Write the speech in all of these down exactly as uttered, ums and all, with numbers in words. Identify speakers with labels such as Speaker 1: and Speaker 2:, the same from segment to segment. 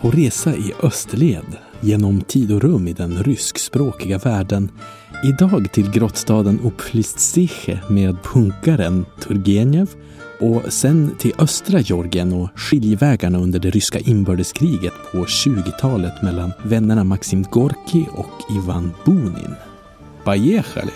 Speaker 1: på resa i österled genom tid och rum i den ryskspråkiga världen. Idag till grottstaden Uplistsikhe med punkaren Turgenev och sen till östra Georgien och skiljevägarna under det ryska inbördeskriget på tjugotalet mellan vännerna Maxim Gorki och Ivan Bunin. Поехали!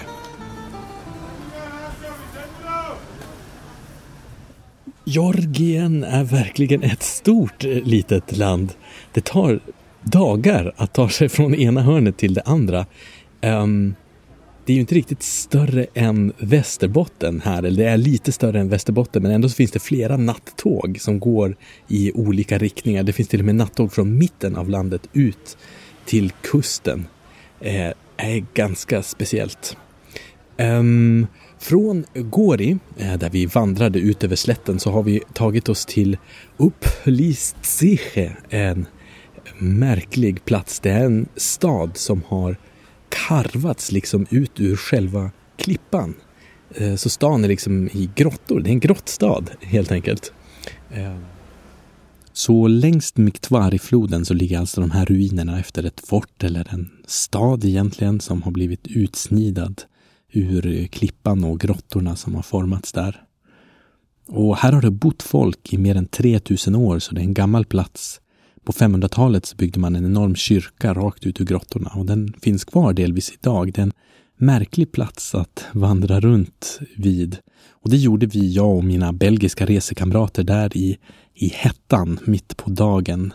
Speaker 1: Georgien är verkligen ett stort litet land. Det tar dagar att ta sig från ena hörnet till det andra. Um, det är ju inte riktigt större än Västerbotten här, eller det är lite större än Västerbotten, men ändå så finns det flera nattåg som går i olika riktningar. Det finns till och med nattåg från mitten av landet ut till kusten. Eh, är ganska speciellt. Um, Från Gori, där vi vandrade ut över slätten, så har vi tagit oss till Uplistsikhe, en märklig plats. Det är en stad som har karvats liksom ut ur själva klippan. Så stan är liksom i grottor. Det är en grottstad helt enkelt. Så längst Miktvari-floden så ligger alltså de här ruinerna efter ett fort eller en stad egentligen som har blivit utsnidad ur klippan och grottorna som har formats där. Och här har det bott folk i mer än tre tusen år, så det är en gammal plats. På femhundratalet så byggde man en enorm kyrka rakt ut ur grottorna och den finns kvar delvis idag. Det är en märklig plats att vandra runt vid. Och det gjorde vi, jag och mina belgiska resekamrater där i, i hettan mitt på dagen.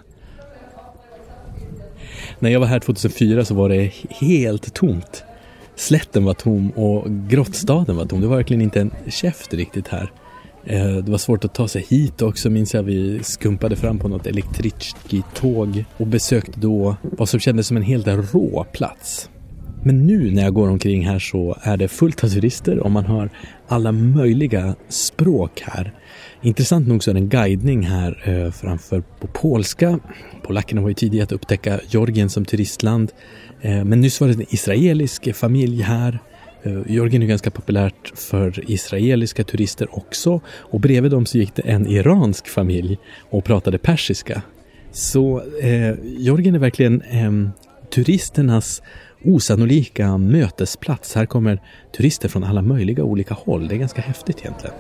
Speaker 1: När jag var här tjugohundrafyra så var det helt tomt. Slätten var tom och grottstaden var tom. Det var verkligen inte en käft riktigt här. Det var svårt att ta sig hit också, minns jag. Vi skumpade fram på något elektriski-tåg och besökte då vad som kändes som en helt rå plats. Men nu när jag går omkring här så är det fullt av turister och man har alla möjliga språk här. Intressant nog så är det en guidning här eh, framför på polska. Polackerna var ju tidigt att upptäcka Georgien som turistland. Eh, men nyss var det en israelisk familj här. Eh, Georgien är ganska populärt för israeliska turister också. Och bredvid dem så gick det en iransk familj och pratade persiska. Så eh, Georgien är verkligen eh, turisternas osannolika mötesplats. Här kommer turister från alla möjliga olika håll. Det är ganska häftigt egentligen.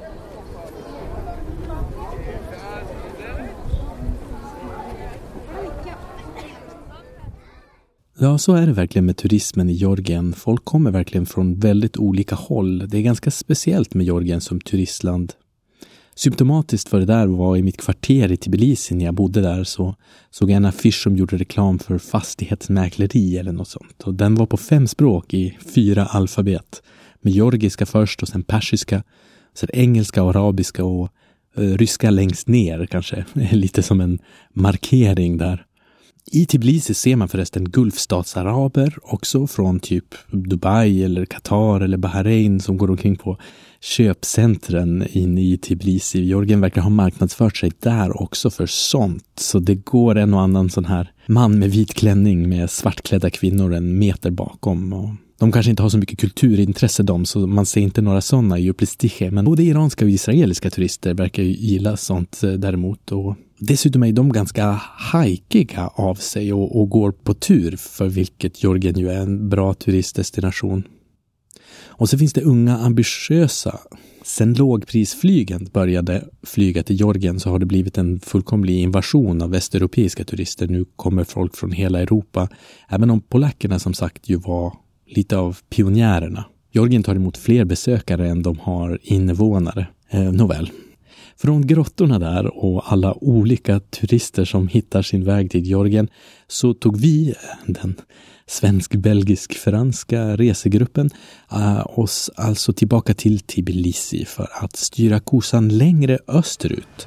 Speaker 1: Ja, så är det verkligen med turismen i Georgien. Folk kommer verkligen från väldigt olika håll. Det är ganska speciellt med Georgien som turistland. Symptomatiskt för det där var i mitt kvarter i Tbilisi när jag bodde där, så såg jag en affisch som gjorde reklam för fastighetsmäkleri eller något sånt. Och den var på fem språk i fyra alfabet. Med georgiska först och sen persiska, sen engelska och arabiska och eh, ryska längst ner kanske. Lite som en markering där. I Tbilisi ser man förresten gulfstatsaraber också från typ Dubai eller Qatar eller Bahrain som går omkring på köpcentren inne i Tbilisi. Georgien verkar ha marknadsfört sig där också för sånt. Så det går en och annan sån här man med vit klänning med svartklädda kvinnor en meter bakom. Och de kanske inte har så mycket kulturintresse de, så man ser inte några sådana i Uplistsikhe. Men både iranska och israeliska turister verkar ju gilla sånt däremot. Och dessutom är de ganska hajkiga av sig och, och går på tur, för vilket Georgien ju är en bra turistdestination. Och så finns det unga ambitiösa. Sen lågprisflygen började flyga till Georgien så har det blivit en fullkomlig invasion av västeuropeiska turister. Nu kommer folk från hela Europa. Även om polackerna som sagt ju var lite av pionjärerna. Georgien tar emot fler besökare än de har invånare. Eh, nåväl. Från grottorna där och alla olika turister som hittar sin väg till Georgien så tog vi, den svensk-belgisk-franska resegruppen, uh, oss alltså tillbaka till Tbilisi för att styra kosan längre österut.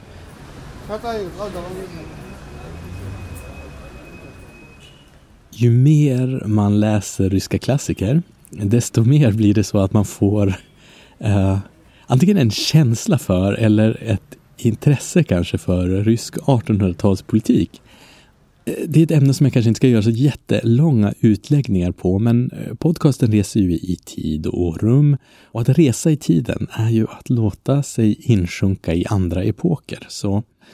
Speaker 1: Ju mer man läser ryska klassiker, desto mer blir det så att man får uh, antingen en känsla för eller ett intresse kanske för rysk artonhundratalspolitik. Det är ett ämne som jag kanske inte ska göra så jättelånga utläggningar på, men podcasten reser ju i tid och rum, och att resa i tiden är ju att låta sig insjunka i andra epoker. Så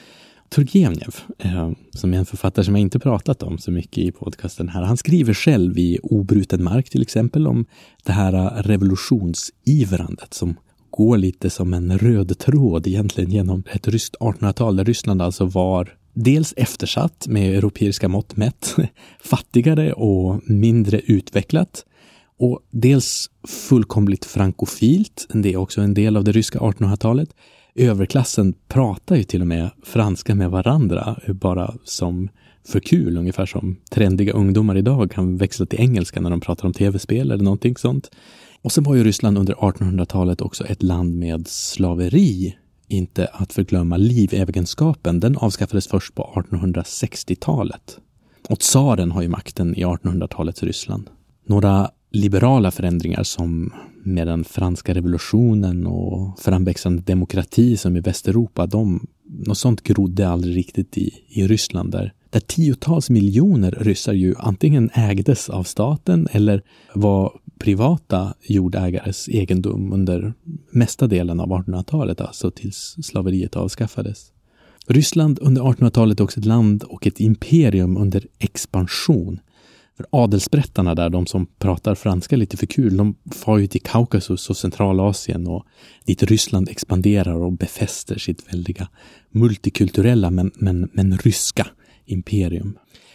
Speaker 1: Turgenev, eh, som är en författare som jag inte pratat om så mycket i podcasten här, han skriver själv i Obruten mark till exempel om det här revolutionsivrandet som går lite som en röd tråd egentligen genom ett ryskt artonhundratal där Ryssland alltså var dels eftersatt med europeiska mått mätt, fattigare och mindre utvecklat, och dels fullkomligt frankofilt. Det är också en del av det ryska artonhundratalet. Överklassen pratar ju till och med franska med varandra bara som för kul, ungefär som trendiga ungdomar idag kan växla till engelska när de pratar om tv-spel eller någonting sånt. Och sen var ju Ryssland under artonhundratalet också ett land med slaveri. Inte att förglömma livegenskapen. Den avskaffades först på artonhundrasextiotalet. Och tsaren har ju makten i artonhundratalets Ryssland. Några liberala förändringar som med den franska revolutionen och framväxande demokrati som i Västeuropa, de, något sånt grodde aldrig riktigt i, i Ryssland där. Där tiotals miljoner ryssar ju antingen ägdes av staten eller var privata jordägares egendom under mesta delen av artonhundratalet, alltså tills slaveriet avskaffades. Ryssland under artonhundratalet är också ett land och ett imperium under expansion. För adelsbrättarna där, de som pratar franska lite för kul, de far ju till Kaukasus och Centralasien och dit Ryssland expanderar och befäster sitt väldiga multikulturella men, men, men ryska imperium.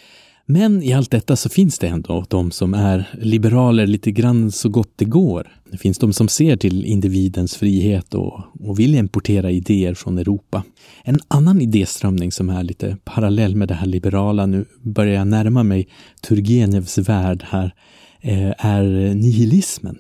Speaker 1: Men i allt detta så finns det ändå de som är liberaler lite grann så gott det går. Det finns de som ser till individens frihet och, och vill importera idéer från Europa. En annan idéströmning som är lite parallell med det här liberala, nu börjar jag närma mig Turgenevs värld här, är nihilismen.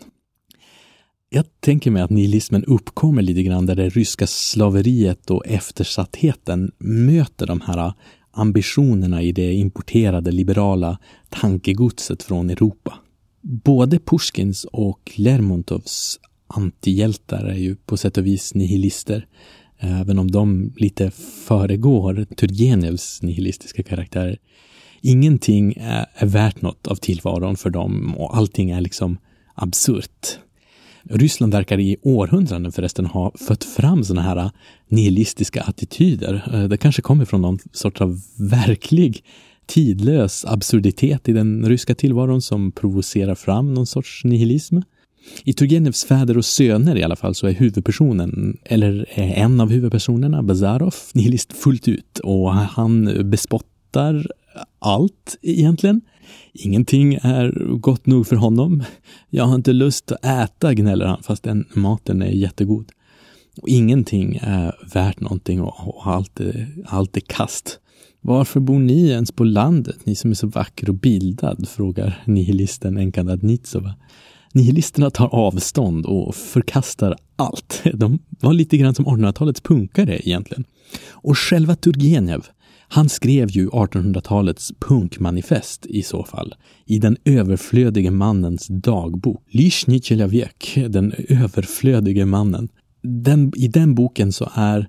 Speaker 1: Jag tänker mig att nihilismen uppkommer lite grann där det ryska slaveriet och eftersattheten möter de här ambitionerna i det importerade liberala tankegodset från Europa. Både Pushkins och Lermontovs antihjältar är ju på sätt och vis nihilister, även om de lite föregår Turgenevs nihilistiska karaktärer. Ingenting är, är värt något av tillvaron för dem och allting är liksom absurt. Ryssland verkar i århundraden förresten ha fött fram såna här nihilistiska attityder. Det kanske kommer från någon sorts av verklig tidlös absurditet i den ryska tillvaron som provocerar fram någon sorts nihilism. I Turgenevs Fäder och söner i alla fall så är huvudpersonen, eller är en av huvudpersonerna, Bazarov, nihilist fullt ut, och han bespottar allt egentligen. Ingenting är gott nog för honom. Jag har inte lust att äta, gnäller han, fast den maten är jättegod. Och ingenting är värt någonting och allt är, allt är kast. Varför bor ni ens på landet, ni som är så vacker och bildad, frågar nihilisten Enkadnitsova. Nihilisterna tar avstånd och förkastar allt. De var lite grann som artonhundratalets punkare egentligen. Och själva Turgenev, han skrev ju artonhundratalets punkmanifest i så fall, i den överflödige mannens dagbok. Lishny Chelavek, den överflödige mannen. Den, I den boken så är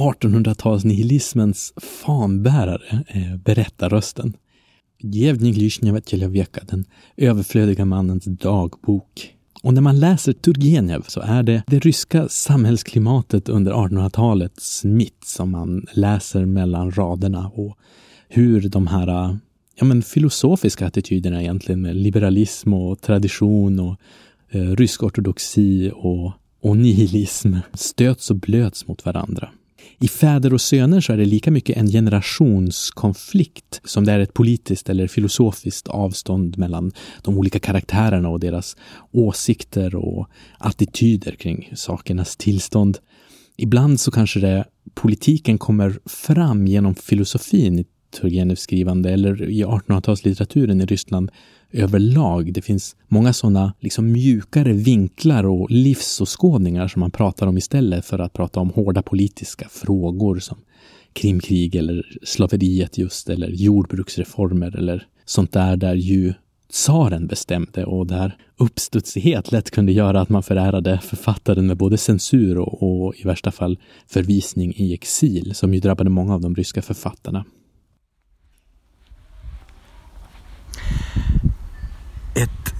Speaker 1: artonhundratalsnihilismens fanbärare eh, berättarrösten. Jevnik Lishny Chelaveka, den överflödiga mannens dagbok. Och när man läser Turgenev så är det det ryska samhällsklimatet under artonhundratalets mitt som man läser mellan raderna, och hur de här ja, men filosofiska attityderna egentligen med liberalism och tradition och eh, rysk ortodoxi och, och nihilism stöts och blöts mot varandra. I Fäder och söner så är det lika mycket en generationskonflikt som det är ett politiskt eller filosofiskt avstånd mellan de olika karaktärerna och deras åsikter och attityder kring sakernas tillstånd. Ibland så kanske det politiken kommer fram genom filosofin i Turgenevs skrivande eller i artonhundratalslitteraturen i Ryssland överlag. Det finns många sådana liksom mjukare vinklar och livsåskådningar som man pratar om istället för att prata om hårda politiska frågor som Krimkrig eller slaveriet just, eller jordbruksreformer eller sånt där där ju tsaren bestämde och där uppstudsighet lätt kunde göra att man förärade författaren med både censur och, och i värsta fall förvisning i exil, som ju drabbade många av de ryska författarna.
Speaker 2: Ett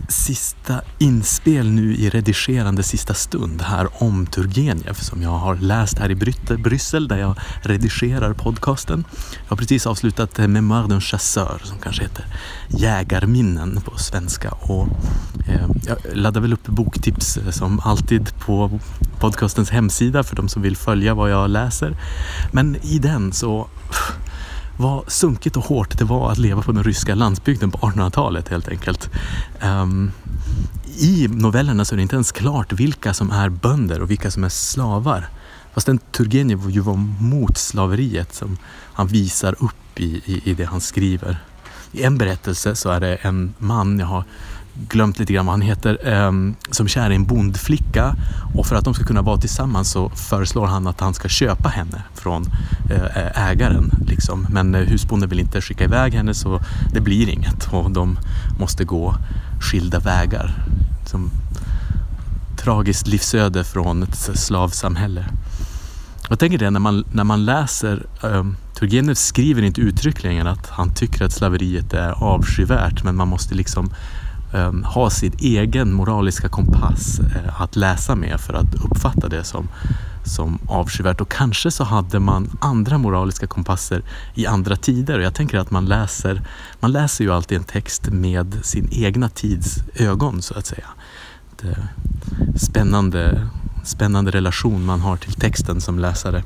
Speaker 1: sista inspel nu i redigerande sista stund här om Turgenev som jag har läst här i Bry- Bryssel där jag redigerar podcasten. Jag har precis avslutat Mémoire d'un chasseur som kanske heter Jägarminnen på svenska och eh, jag laddar väl upp boktips som alltid på podcastens hemsida för de som vill följa vad jag läser. Men i den så vad sunkigt och hårt det var att leva på den ryska landsbygden på artonhundratalet helt enkelt. Um, I novellerna så är det inte ens klart vilka som är bönder och vilka som är slavar. Fast den Turgenev ju var mot slaveriet som han visar upp i, i, i det han skriver. I en berättelse så är det en man, jag har glömt lite grann vad han heter, um, som kär i en bondflicka och för att de ska kunna vara tillsammans så föreslår han att han ska köpa henne från uh, ägaren liksom. Men uh, husbonden vill inte skicka iväg henne så det blir inget och de måste gå skilda vägar som tragiskt livsöde från ett slavsamhälle. Jag tänker det när man, när man läser um, Turgenev skriver inte uttryckligen att han tycker att slaveriet är avskyvärt men man måste liksom Um, ha sin egen moraliska kompass uh, att läsa med för att uppfatta det som, som avskyvärt. Och kanske så hade man andra moraliska kompasser i andra tider. Och jag tänker att man läser, man läser ju alltid en text med sin egna tids ögon så att säga. Det spännande, spännande relation man har till texten som läsare.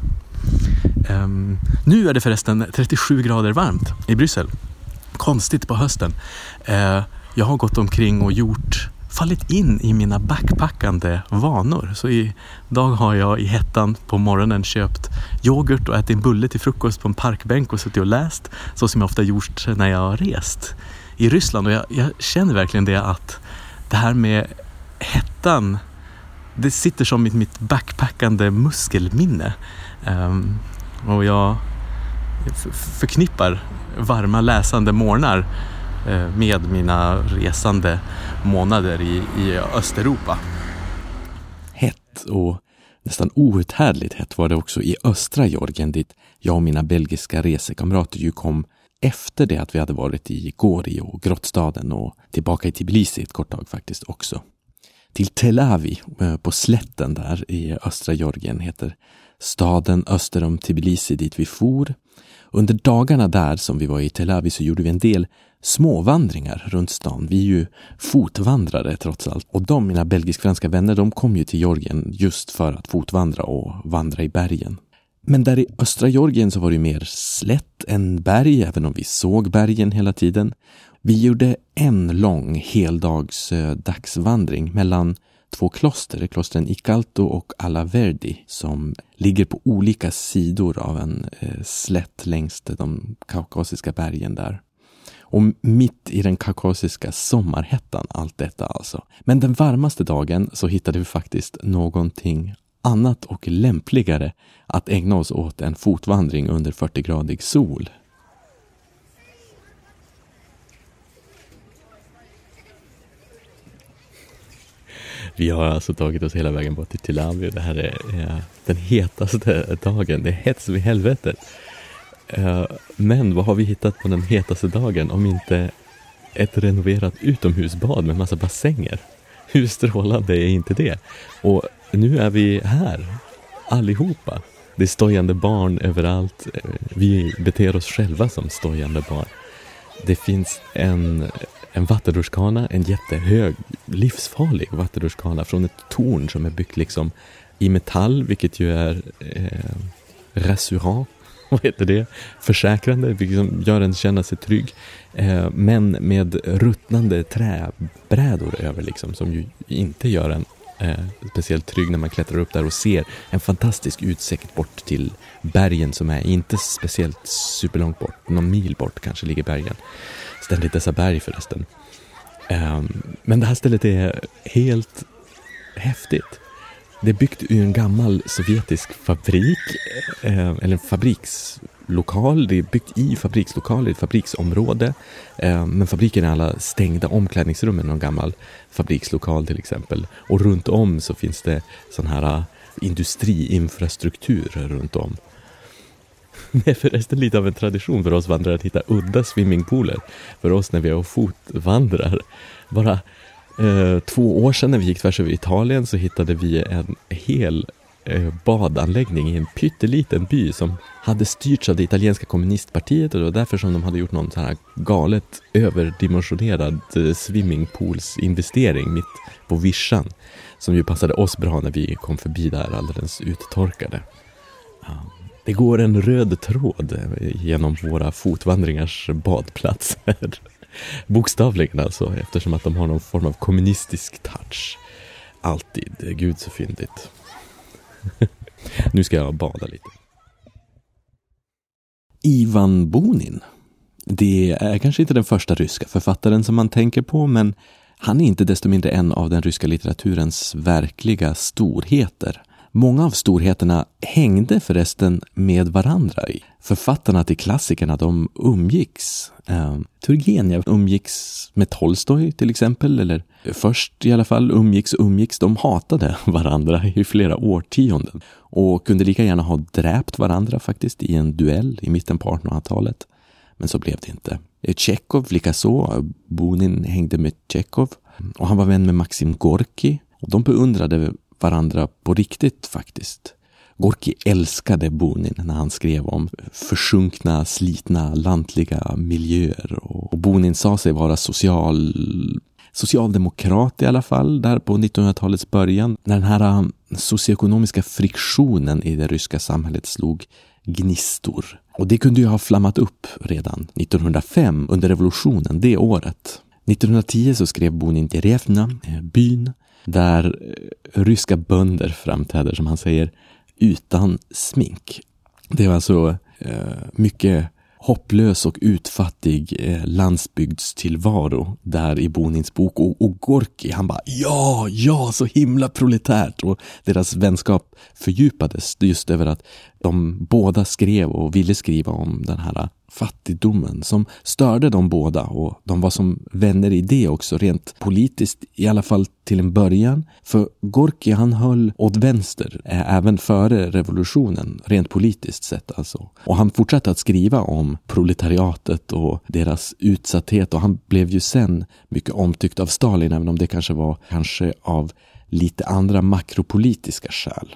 Speaker 1: Um, nu är det förresten trettiosju grader varmt i Bryssel. Konstigt på hösten. Uh, Jag har gått omkring och gjort, fallit in i mina backpackande vanor. Så idag har jag i hettan på morgonen köpt yoghurt och ätit en bulle till frukost på en parkbänk och suttit och läst. Så som jag ofta gjort när jag har rest i Ryssland. Och jag, jag känner verkligen det att det här med hettan, det sitter som i mitt backpackande muskelminne. Um, och jag f- förknippar varma läsande morgnar med mina resande månader i, i Östeuropa. Hett och nästan outhärdligt hett var det också i östra Georgien dit jag och mina belgiska resekamrater ju kom efter det att vi hade varit i Gori och grottstaden och tillbaka i Tbilisi ett kort tag faktiskt också. Till Tel Aviv på slätten där i östra Georgien heter staden öster om Tbilisi dit vi for. Under dagarna där som vi var i Tel Aviv så gjorde vi en del småvandringar runt stan. Vi är ju fotvandrare trots allt. Och de, mina belgisk-franska vänner, de kom ju till Georgien just för att fotvandra och vandra i bergen. Men där i östra Georgien så var det mer slätt än berg, även om vi såg bergen hela tiden. Vi gjorde en lång heldags eh, dagsvandring mellan två kloster, klostren Ikalto och Alaverdi, som ligger på olika sidor av en eh, slätt längs de kaukasiska bergen där. Och mitt i den kaukasiska sommarhettan allt detta alltså. Men den varmaste dagen så hittade vi faktiskt någonting annat och lämpligare att ägna oss åt en fotvandring under fyrtio-gradig sol. Vi har alltså tagit oss hela vägen bort till Tel Aviv. Det här är ja, den hetaste dagen. Det är hets vid helvetet. Uh, men vad har vi hittat på den hetaste dagen om inte ett renoverat utomhusbad med massa bassänger? Hur strålande är inte det? Och nu är vi här, allihopa. Det är stojande barn överallt. Vi beter oss själva som stojande barn. Det finns en, en vattenrutschkana, en jättehög, livsfarlig vattenrutschkana från ett torn som är byggt liksom i metall, vilket ju är eh, rassurant. Vad heter det? Försäkrande, vilket gör en känna sig trygg. Eh, men med ruttnande träbrädor över liksom, som ju inte gör en eh, speciellt trygg när man klättrar upp där och ser en fantastisk utsikt bort till bergen som är inte speciellt superlångt bort. Någon mil bort kanske ligger bergen. Ständigt dessa berg förresten. Eh, men det här stället är helt häftigt. Det är byggt ur en gammal sovjetisk fabrik, eh, eller en fabrikslokal. Det är byggt i fabrikslokaler, ett fabriksområde. Eh, men fabriken är alla stängda omklädningsrum i någon gammal fabrikslokal till exempel. Och runt om så finns det sån här uh, industriinfrastruktur runt om. Det är förresten lite av en tradition för oss vandrare att hitta udda swimmingpooler. För oss när vi är och fotvandrar. Bara Eh, två år sedan när vi gick tvärs över Italien så hittade vi en hel eh, badanläggning i en pytteliten by som hade styrts av det italienska kommunistpartiet, och det var därför som de hade gjort någon så här galet överdimensionerad eh, swimmingpoolsinvestering mitt på vischan, som ju passade oss bra när vi kom förbi där alldeles uttorkade. Ja. Det går en röd tråd genom våra fotvandringars badplatser. Bokstavligen alltså, eftersom att de har någon form av kommunistisk touch. Alltid, gud så fyndigt. Nu ska jag bada lite. Ivan Bunin. Det är kanske inte den första ryska författaren som man tänker på, men han är inte desto mindre en av den ryska litteraturens verkliga storheter. Många av storheterna hängde förresten med varandra. Författarna till klassikerna, de umgicks. Eh, Turgenev umgicks med Tolstoj till exempel, eller först i alla fall umgicks och umgicks. De hatade varandra i flera årtionden och kunde lika gärna ha dräpt varandra faktiskt i en duell i mitten på artonhundratalet. Men så blev det inte. Tjechov likaså. Bunin hängde med Tjechov och han var vän med Maxim Gorki, och de beundrade varandra på riktigt faktiskt. Gorki älskade Bunin när han skrev om försjunkna, slitna, lantliga miljöer, och Bunin sa sig vara social, socialdemokrat i alla fall där på nittonhundratalets början, när den här socioekonomiska friktionen i det ryska samhället slog gnistor. Och det kunde ju ha flammat upp redan nittonhundrafem under revolutionen det året. nittonhundratio så skrev Bunin Derevna, byn, där ryska bönder framträder, som han säger, utan smink. Det var alltså eh, mycket hopplös och utfattig eh, landsbygdstillvaro där i Bunins bok. Och, och Gorki, han bara, ja, ja, så himla proletärt. Och deras vänskap fördjupades just över att de båda skrev och ville skriva om den här fattigdomen som störde dem båda, och de var som vänner i det också, rent politiskt i alla fall till en början. För Gorki, han höll åt vänster eh, även före revolutionen, rent politiskt sett alltså. Och han fortsatte att skriva om proletariatet och deras utsatthet, och han blev ju sen mycket omtyckt av Stalin, även om det kanske var kanske av lite andra makropolitiska skäl.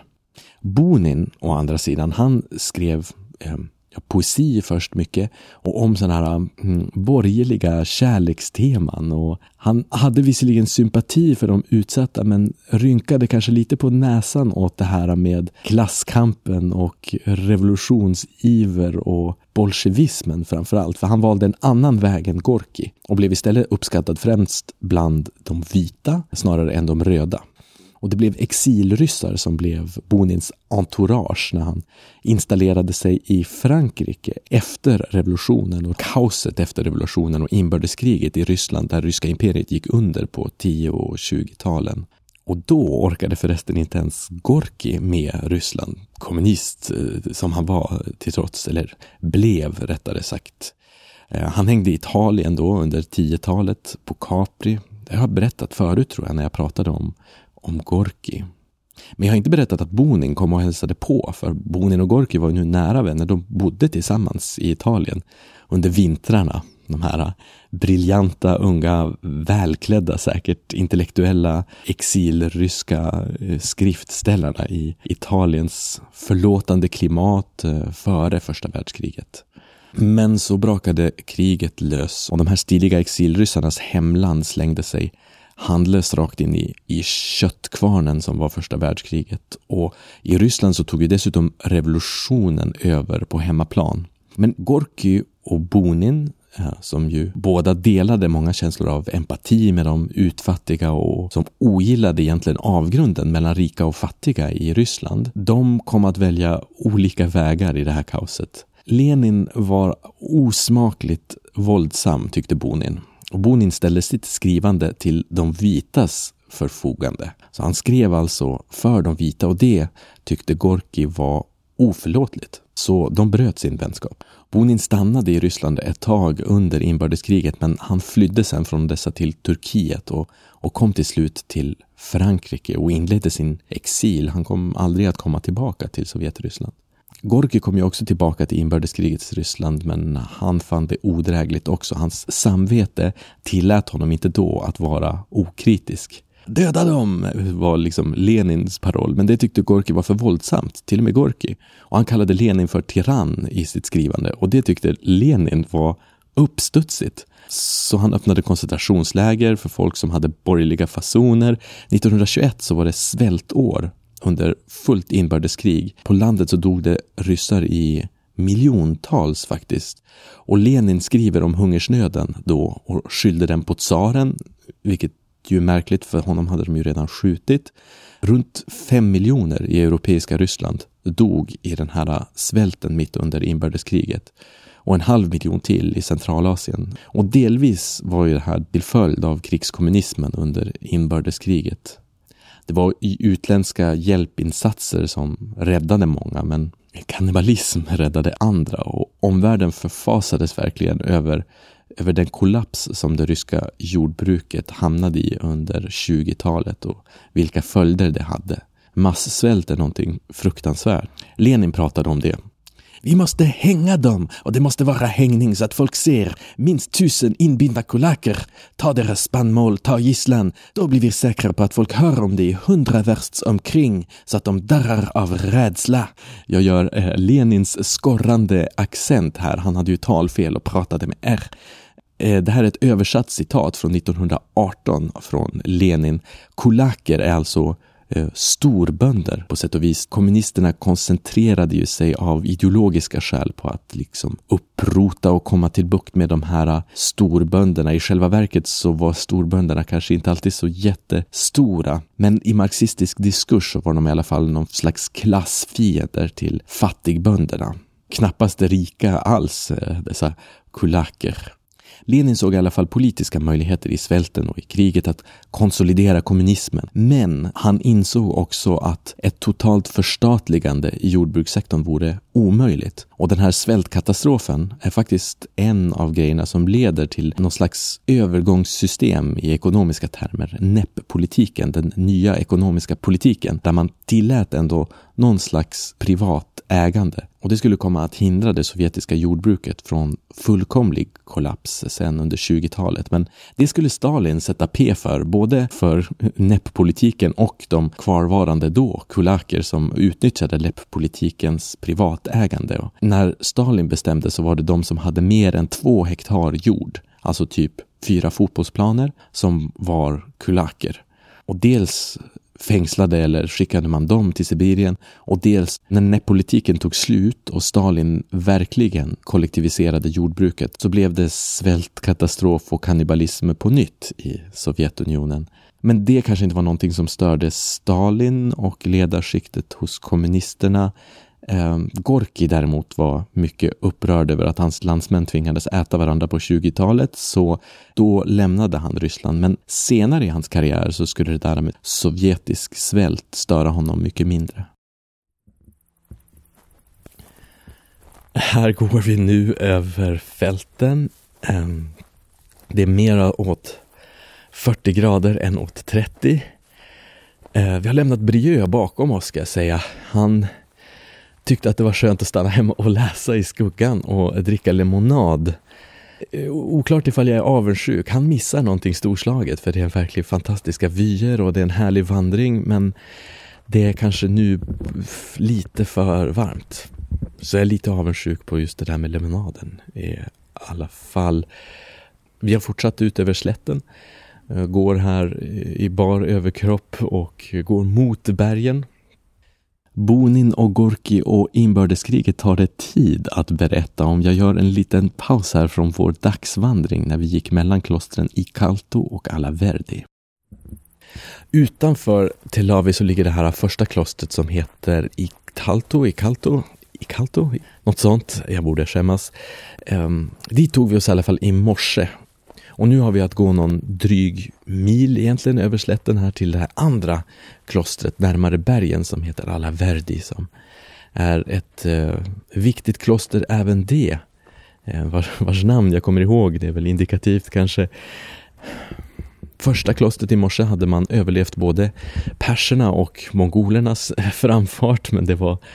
Speaker 1: Bunin, å andra sidan, han skrev eh, Ja, poesi först mycket, och om sådana här mm, borgerliga kärleksteman, och han hade visserligen sympati för de utsatta, men rynkade kanske lite på näsan åt det här med klasskampen och revolutionsiver och bolsjevismen framförallt, för han valde en annan väg än Gorki och blev istället uppskattad främst bland de vita snarare än de röda. Och det blev exilryssar som blev Bunins entourage när han installerade sig i Frankrike efter revolutionen och kaoset efter revolutionen och inbördeskriget i Ryssland, där ryska imperiet gick under på tio- och tjugo-talen. Och då orkade förresten inte ens Gorki med Ryssland, kommunist som han var till trots, eller blev rättare sagt. Han hängde i Italien då under tiotalet på Capri. Jag har berättat förut tror jag när jag pratade om om Gorki. Men jag har inte berättat att Bunin kom och hälsade på, för Bunin och Gorki var ju nu nära vänner. De bodde tillsammans i Italien under vintrarna. De här briljanta, unga, välklädda, säkert intellektuella exilryska skriftställarna i Italiens förlåtande klimat före första världskriget. Men så brakade kriget lös och de här stiliga exilryssarnas hemland slängde sig handlöst rakt in i, i köttkvarnen som var första världskriget. Och i Ryssland så tog ju dessutom revolutionen över på hemmaplan. Men Gorki och Bunin, som ju båda delade många känslor av empati med de utfattiga och som ogillade egentligen avgrunden mellan rika och fattiga i Ryssland, de kom att välja olika vägar i det här kaoset. Lenin var osmakligt våldsam, tyckte Bunin. Och Bunin ställde sitt skrivande till de vitas förfogande. Så han skrev alltså för de vita, och det tyckte Gorki var oförlåtligt. Så de bröt sin vänskap. Bunin stannade i Ryssland ett tag under inbördeskriget, men han flydde sen från dessa till Turkiet och, och kom till slut till Frankrike och inledde sin exil. Han kom aldrig att komma tillbaka till Sovjetryssland. Gorki kom ju också tillbaka till inbördeskrigets Ryssland, men han fann det odrägligt också. Hans samvete tillät honom inte då att vara okritisk. Döda dem var liksom Lenins paroll, men det tyckte Gorki var för våldsamt, till och med Gorki. Och han kallade Lenin för tyrann i sitt skrivande, och det tyckte Lenin var uppstudsigt. Så han öppnade koncentrationsläger för folk som hade borgerliga fasoner. nittonhundratjugoett så var det svältår under fullt inbördeskrig. På landet så dog det ryssar i miljontals faktiskt. Och Lenin skriver om hungersnöden då och skyllde den på tsaren, vilket ju är märkligt för honom hade de ju redan skjutit. Runt fem miljoner i europeiska Ryssland dog i den här svälten mitt under inbördeskriget. Och en halv miljon till i Centralasien. Och delvis var ju det här till följd av krigskommunismen under inbördeskriget. Det var i utländska hjälpinsatser som räddade många, men kannibalism räddade andra. Och omvärlden förfasades verkligen över, över den kollaps som det ryska jordbruket hamnade i under tjugotalet och vilka följder det hade. Massvält är någonting fruktansvärt. Lenin pratade om det. Vi måste hänga dem, och det måste vara hängning så att folk ser minst tusen inbindna kolaker. Ta deras spannmål, ta gisslan. Då blir vi säkra på att folk hör om det i hundra versts omkring så att de darrar av rädsla. Jag gör eh, Lenins skorrande accent här. Han hade ju talfel och pratade med R. Det här är ett översatt citat från nittonhundraarton från Lenin. Kolaker är alltså storbönder på sätt och vis. Kommunisterna koncentrerade ju sig av ideologiska skäl på att liksom upprota och komma till bukt med de här storbönderna. I själva verket så var storbönderna kanske inte alltid så jättestora, men i marxistisk diskurs så var de i alla fall någon slags klassfiender till fattigbönderna. Knappast rika alls, dessa kulaker. Lenin såg i alla fall politiska möjligheter i svälten och i kriget att konsolidera kommunismen. Men han insåg också att ett totalt förstatligande i jordbrukssektorn vore omöjligt. Och den här svältkatastrofen är faktiskt en av grejerna som leder till någon slags övergångssystem i ekonomiska termer. N E P-politiken, den nya ekonomiska politiken, där man tillät ändå någon slags privat ägande. Och det skulle komma att hindra det sovjetiska jordbruket från fullkomlig kollaps sen under tjugotalet. Men det skulle Stalin sätta P för, både för N E P-politiken och de kvarvarande då kulaker som utnyttjade N E P-politikens privatägande. Och när Stalin bestämde så var det de som hade mer än två hektar jord, alltså typ fyra fotbollsplaner, som var kulaker. Och dels fängslade eller skickade man dem till Sibirien, och dels när N E P-politiken tog slut och Stalin verkligen kollektiviserade jordbruket så blev det svältkatastrof och kannibalism på nytt i Sovjetunionen. Men det kanske inte var någonting som störde Stalin och ledarskiktet hos kommunisterna. Eh, Gorki däremot var mycket upprörd över att hans landsmän tvingades äta varandra på tjugotalet, så då lämnade han Ryssland. Men senare i hans karriär så skulle det där med sovjetisk svält störa honom mycket mindre. Här går vi nu över fälten. Eh, det är mera åt fyrtio grader än åt trettio. Eh, vi har lämnat Brieux bakom oss, ska jag säga. Han tyckte att det var skönt att stanna hemma och läsa i skuggan och dricka lemonad. Oklart ifall jag är avundsjuk. Han missar någonting storslaget, för det är verkligen fantastiska vyer och det är en härlig vandring, men det är kanske nu lite för varmt. Så jag är lite avundsjuk på just det där med lemonaden i alla fall. Vi har fortsatt ut över slätten. Går här i bar överkropp och går mot bergen. Bunin och Gorki och inbördeskriget tar det tid att berätta om. Jag gör en liten paus här från vår dagsvandring när vi gick mellan klostren Ikalto och Alaverdi. Utanför Tel Aviv så ligger det här första klostret som heter Ikalto, Ikalto, Ikalto, något sånt. Jag borde skämmas. Um, dit tog vi oss i alla fall i morse. Och nu har vi att gå någon dryg mil egentligen över slätten här till det här andra klostret närmare bergen som heter Alaverdi, som är ett eh, viktigt kloster även det. Eh, vars, vars namn jag kommer ihåg, det är väl indikativt kanske. Första klostret i morse hade man överlevt både perserna och mongolernas framfart, men det var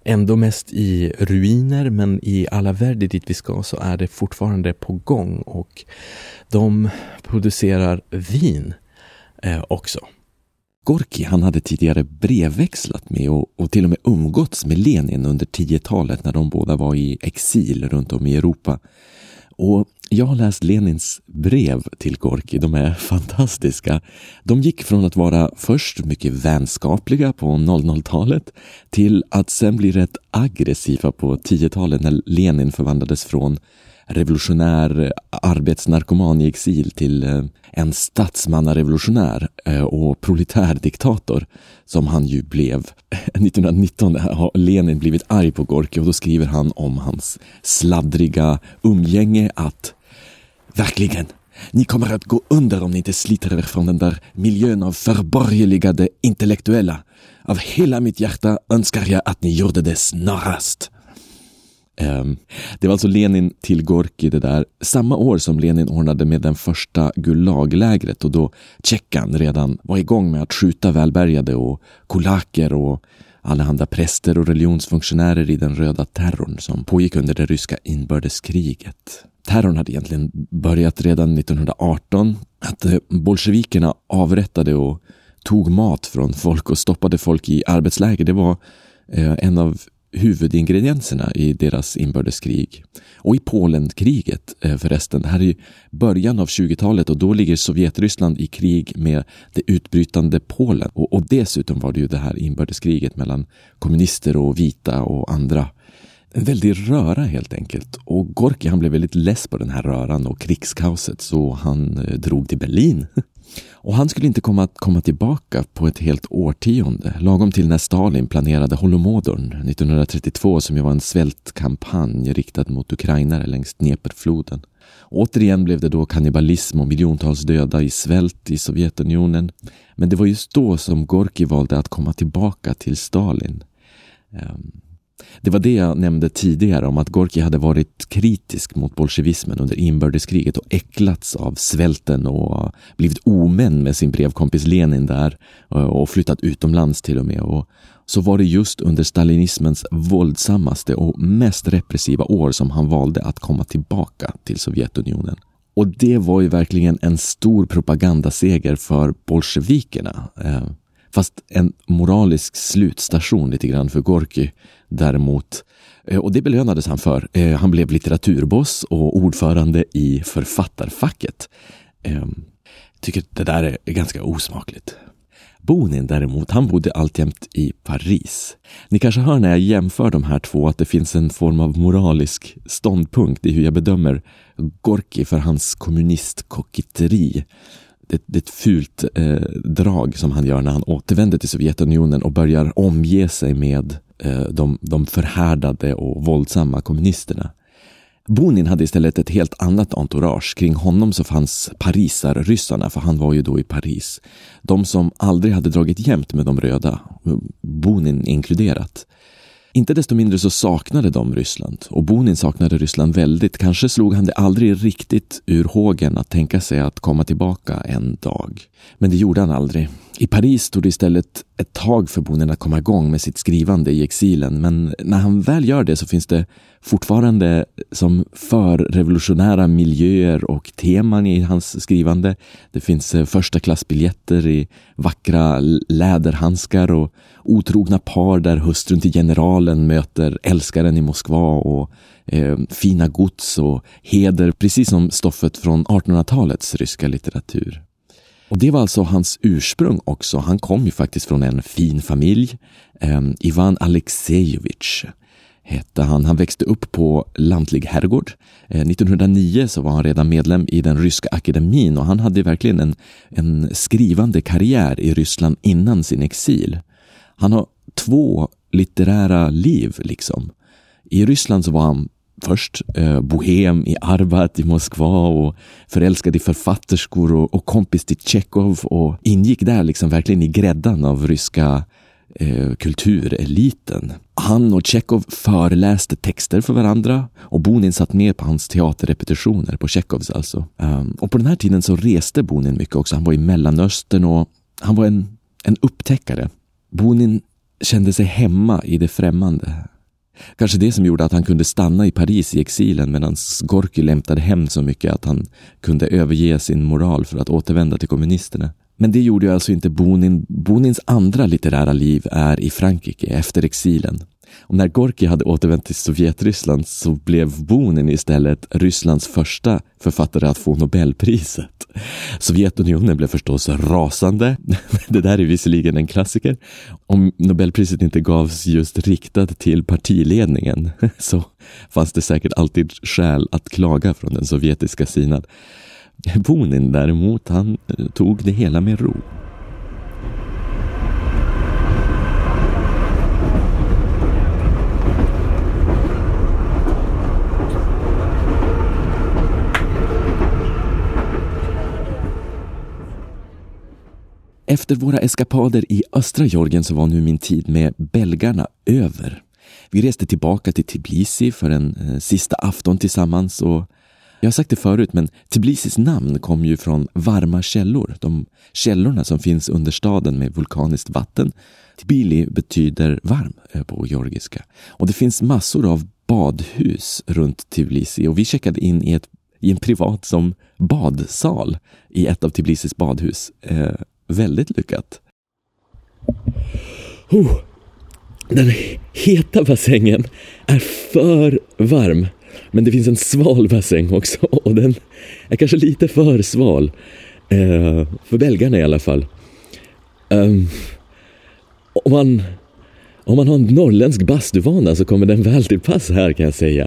Speaker 1: ändå mest i ruiner, men i alla världar dit vi ska så är det fortfarande på gång, och de producerar vin eh, också.
Speaker 2: Gorki, han hade tidigare brevväxlat med och, och till och med umgåtts med Lenin under tiotalet när de båda var i exil runt om i Europa. Och jag har läst Lenins brev till Gorki, de är fantastiska. De gick från att vara först mycket vänskapliga på noll noll-talet till att sen bli rätt aggressiva på tiotalet när Lenin förvandlades från revolutionär arbetsnarkoman i exil till en statsmannarevolutionär och proletärdiktator som han ju blev. nittonhundranitton har Lenin blivit arg på Gorki, och då skriver han om hans sladdriga umgänge att verkligen, ni kommer att gå under om ni inte sliter er från den där miljön av förborgerligade intellektuella. Av hela mitt hjärta önskar jag att ni gjorde det snarast. Um, det var alltså Lenin till Gorki det där samma år som Lenin ordnade med den första Gulaglägret, och då Tjeckien redan var igång med att skjuta välbärgade och kolaker och alla andra präster och religionsfunktionärer i den röda terrorn som pågick under det ryska inbördeskriget. Terrorn hade egentligen börjat redan nittonhundraarton, att bolsjevikerna avrättade och tog mat från folk och stoppade folk i arbetsläger. Det var eh, en av huvudingredienserna i deras inbördeskrig. Och i Polenkriget eh, förresten, här i början av tjugotalet, och då ligger Sovjetryssland i krig med det utbrytande Polen. Och, och dessutom var det ju det här inbördeskriget mellan kommunister och vita och andra. En väldig röra helt enkelt. Och Gorki, han blev väldigt less på den här röran och krigskaoset, så han eh, drog till Berlin. Och han skulle inte komma, komma tillbaka på ett helt årtionde, lagom till när Stalin planerade Holodomor nittonhundratrettiotvå, som ju var en svältkampanj riktad mot ukrainare längs Dneperfloden. Återigen blev det då kannibalism och miljontals döda i svält i Sovjetunionen. Men det var just då som Gorki valde att komma tillbaka till Stalin. Um, Det var det jag nämnde tidigare om att Gorki hade varit kritisk mot bolsjevismen under inbördeskriget och äcklats av svälten och blivit omän med sin brevkompis Lenin där och flyttat utomlands till och med. Och så var det just under stalinismens våldsammaste och mest repressiva år som han valde att komma tillbaka till Sovjetunionen. Och det var ju verkligen en stor propagandaseger för bolsjevikerna. Fast en moralisk slutstation lite grann för Gorki däremot. Och det belönades han för. Han blev litteraturboss och ordförande i författarfacket. Tycker det där är ganska osmakligt. Bunin däremot, han bodde alltjämt i Paris. Ni kanske hör när jag jämför de här två att det finns en form av moralisk ståndpunkt i hur jag bedömer Gorki för hans kommunistkocketeri. Det, det är ett fult eh, drag som han gör när han återvänder till Sovjetunionen och börjar omge sig med eh, de, de förhärdade och våldsamma kommunisterna. Bunin hade istället ett helt annat entourage. Kring honom så fanns parisarryssarna, för han var ju då i Paris. De som aldrig hade dragit jämt med de röda, Bunin inkluderat. Inte desto mindre så saknade de Ryssland, och Bunin saknade Ryssland väldigt. Kanske slog han det aldrig riktigt ur hågen att tänka sig att komma tillbaka en dag. Men det gjorde han aldrig. I Paris stod det istället ett tag för Bunin att komma igång med sitt skrivande i exilen, men när han väl gör det så finns det fortfarande som för revolutionära miljöer och teman i hans skrivande. Det finns första klassbiljetter i vackra läderhandskar och otrogna par där hustrun till generalen möter älskaren i Moskva och eh, fina gods och heder, precis som stoffet från artonhundratalets ryska litteratur. Och det var alltså hans ursprung också. Han kom ju faktiskt från en fin familj. Eh, Ivan Alexejevich hette han. Han växte upp på lantlig herrgård. Eh, nittonhundranio så var han redan medlem i den ryska akademin, och han hade verkligen en, en skrivande karriär i Ryssland innan sin exil. Han har två litterära liv liksom. I Ryssland så var han först eh, bohem i Arbat i Moskva och förälskad i författerskor och, och kompis till Tjechov, och ingick där liksom verkligen i gräddan av ryska eh, kultureliten. Han och Tjechov föreläste texter för varandra, och Bunin satt med på hans teaterrepetitioner, på Tjechovs alltså. Um, och på den här tiden så reste Bunin mycket också. Han var i Mellanöstern och han var en, en upptäckare. Bunin kände sig hemma i det främmande. Kanske det som gjorde att han kunde stanna i Paris i exilen medan Gorky lämtade hem så mycket att han kunde överge sin moral för att återvända till kommunisterna. Men det gjorde ju alltså inte Bunin. Bunins andra litterära liv är i Frankrike efter exilen. Och när Gorky hade återvänt till Sovjetryssland så blev Bunin istället Rysslands första författare att få Nobelpriset. Sovjetunionen blev förstås rasande. Det där är visserligen en klassiker. Om Nobelpriset inte gavs just riktat till partiledningen så fanns det säkert alltid skäl att klaga från den sovjetiska sidan. Bunin däremot, han tog det hela med ro. Efter våra eskapader i östra Georgien så var nu min tid med belgarna över. Vi reste tillbaka till Tbilisi för en eh, sista afton tillsammans och jag har sagt det förut, men Tbilisis namn kom ju från varma källor. De källorna som finns under staden med vulkaniskt vatten. Tbili betyder varm på georgiska. Och det finns massor av badhus runt Tbilisi och vi checkade in i, ett, i en privat som badsal i ett av Tbilisis badhus. Eh, väldigt lyckat. Oh, den heta bassängen är för varm. Men det finns en sval bassäng också och den är kanske lite för sval. Eh, för belgarna i alla fall. Um, om, man, om man har en norrländsk bastuvana så kommer den väl till pass här, kan jag säga.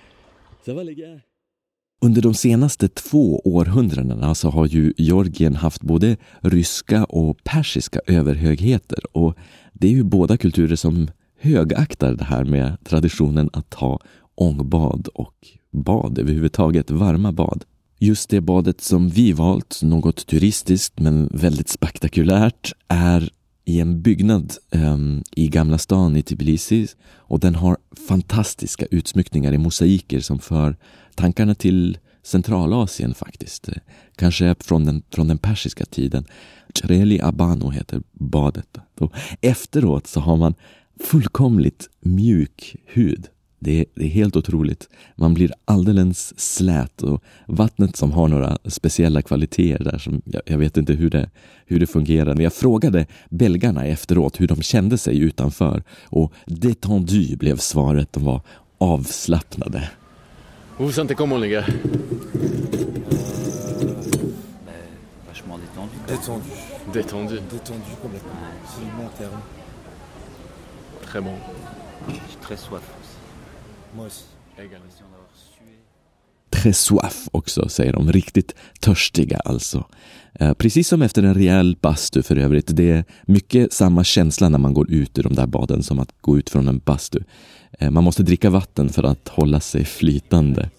Speaker 2: Under de senaste två århundradena så har ju Georgien haft både ryska och persiska överhögheter. Och det är ju båda kulturer som högaktar det här med traditionen att ha ångbad och bad överhuvudtaget, varma bad. Just det badet som vi valt, något turistiskt men väldigt spektakulärt, är i en byggnad um, i Gamla stan i Tbilisi och den har fantastiska utsmyckningar i mosaiker som för tankarna till Centralasien faktiskt. Kanske från den, från den persiska tiden. Chereli Abano heter badet. Och efteråt så har man fullkomligt mjuk hud. Det är, det är helt otroligt. Man blir alldeles slät och vattnet som har några speciella kvaliteter där som jag, jag vet inte hur det, hur det fungerar. Men jag frågade belgarna efteråt hur de kände sig utanför och détendu blev svaret. De var avslappnade.
Speaker 3: Vous sentez comment les gars?
Speaker 4: Vachement détendu.
Speaker 3: Détendu. Détendu.
Speaker 4: Détendu complètement. C'est du bon terme.
Speaker 3: Très bon.
Speaker 4: J'ai très soif aussi. Moi aussi.
Speaker 3: Également.
Speaker 2: Très soif också, säger de. Riktigt törstiga alltså. Eh, precis som efter en rejäl bastu för övrigt. Det är mycket samma känsla när man går ut ur de där baden som att gå ut från en bastu. Eh, man måste dricka vatten för att hålla sig flytande.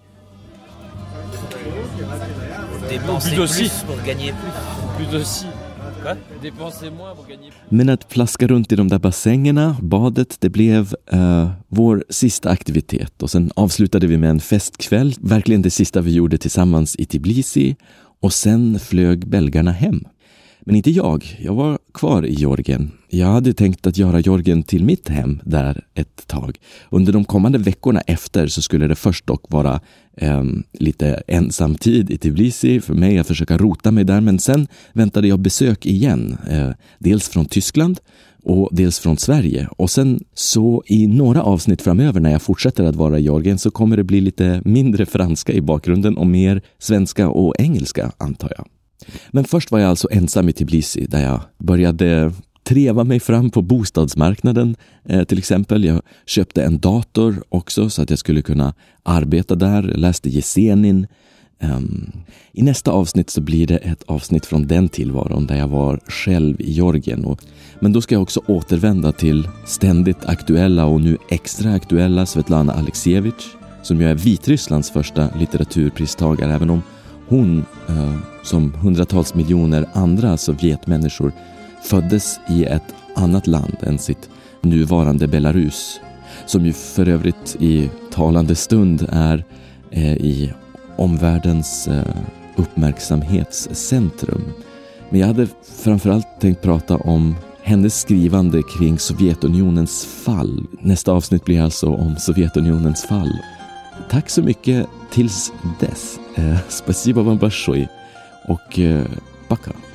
Speaker 4: Dépensez plus pour gagner plus.
Speaker 3: Plus aussi.
Speaker 4: Quoi?
Speaker 3: Dépensez moins pour gagner plus.
Speaker 2: Men att plaska runt i de där bassängerna, badet, det blev uh, vår sista aktivitet. Och sen avslutade vi med en festkväll. Verkligen det sista vi gjorde tillsammans i Tbilisi. Och sen flög belgarna hem. Men inte jag. Jag var kvar i Georgien. Jag hade tänkt att göra Georgien till mitt hem där ett tag. Under de kommande veckorna efter så skulle det först dock vara eh, lite ensamtid i Tbilisi för mig att försöka rota mig där. Men sen väntade jag besök igen. Eh, dels från Tyskland och dels från Sverige. Och sen så i några avsnitt framöver när jag fortsätter att vara i Georgien så kommer det bli lite mindre franska i bakgrunden och mer svenska och engelska, antar jag. Men först var jag alltså ensam i Tbilisi där jag började treva mig fram på bostadsmarknaden. Eh, till exempel, jag köpte en dator också så att jag skulle kunna arbeta där. Jag läste Jesenin. Um, I nästa avsnitt så blir det ett avsnitt från den tillvaron där jag var själv i Georgien. Och, men då ska jag också återvända till ständigt aktuella och nu extra aktuella Svetlana Alexievich som ju är Vitrysslands första litteraturpristagare, även om hon, eh, som hundratals miljoner andra sovjetmänniskor, föddes i ett annat land än sitt nuvarande Belarus, som ju för övrigt i talande stund är eh, i omvärldens eh, uppmärksamhetscentrum. Men jag hade framförallt tänkt prata om hennes skrivande kring Sovjetunionens fall. Nästa avsnitt blir alltså om Sovjetunionens fall. Tack så mycket tills dess. Spasiba вам большое och пока.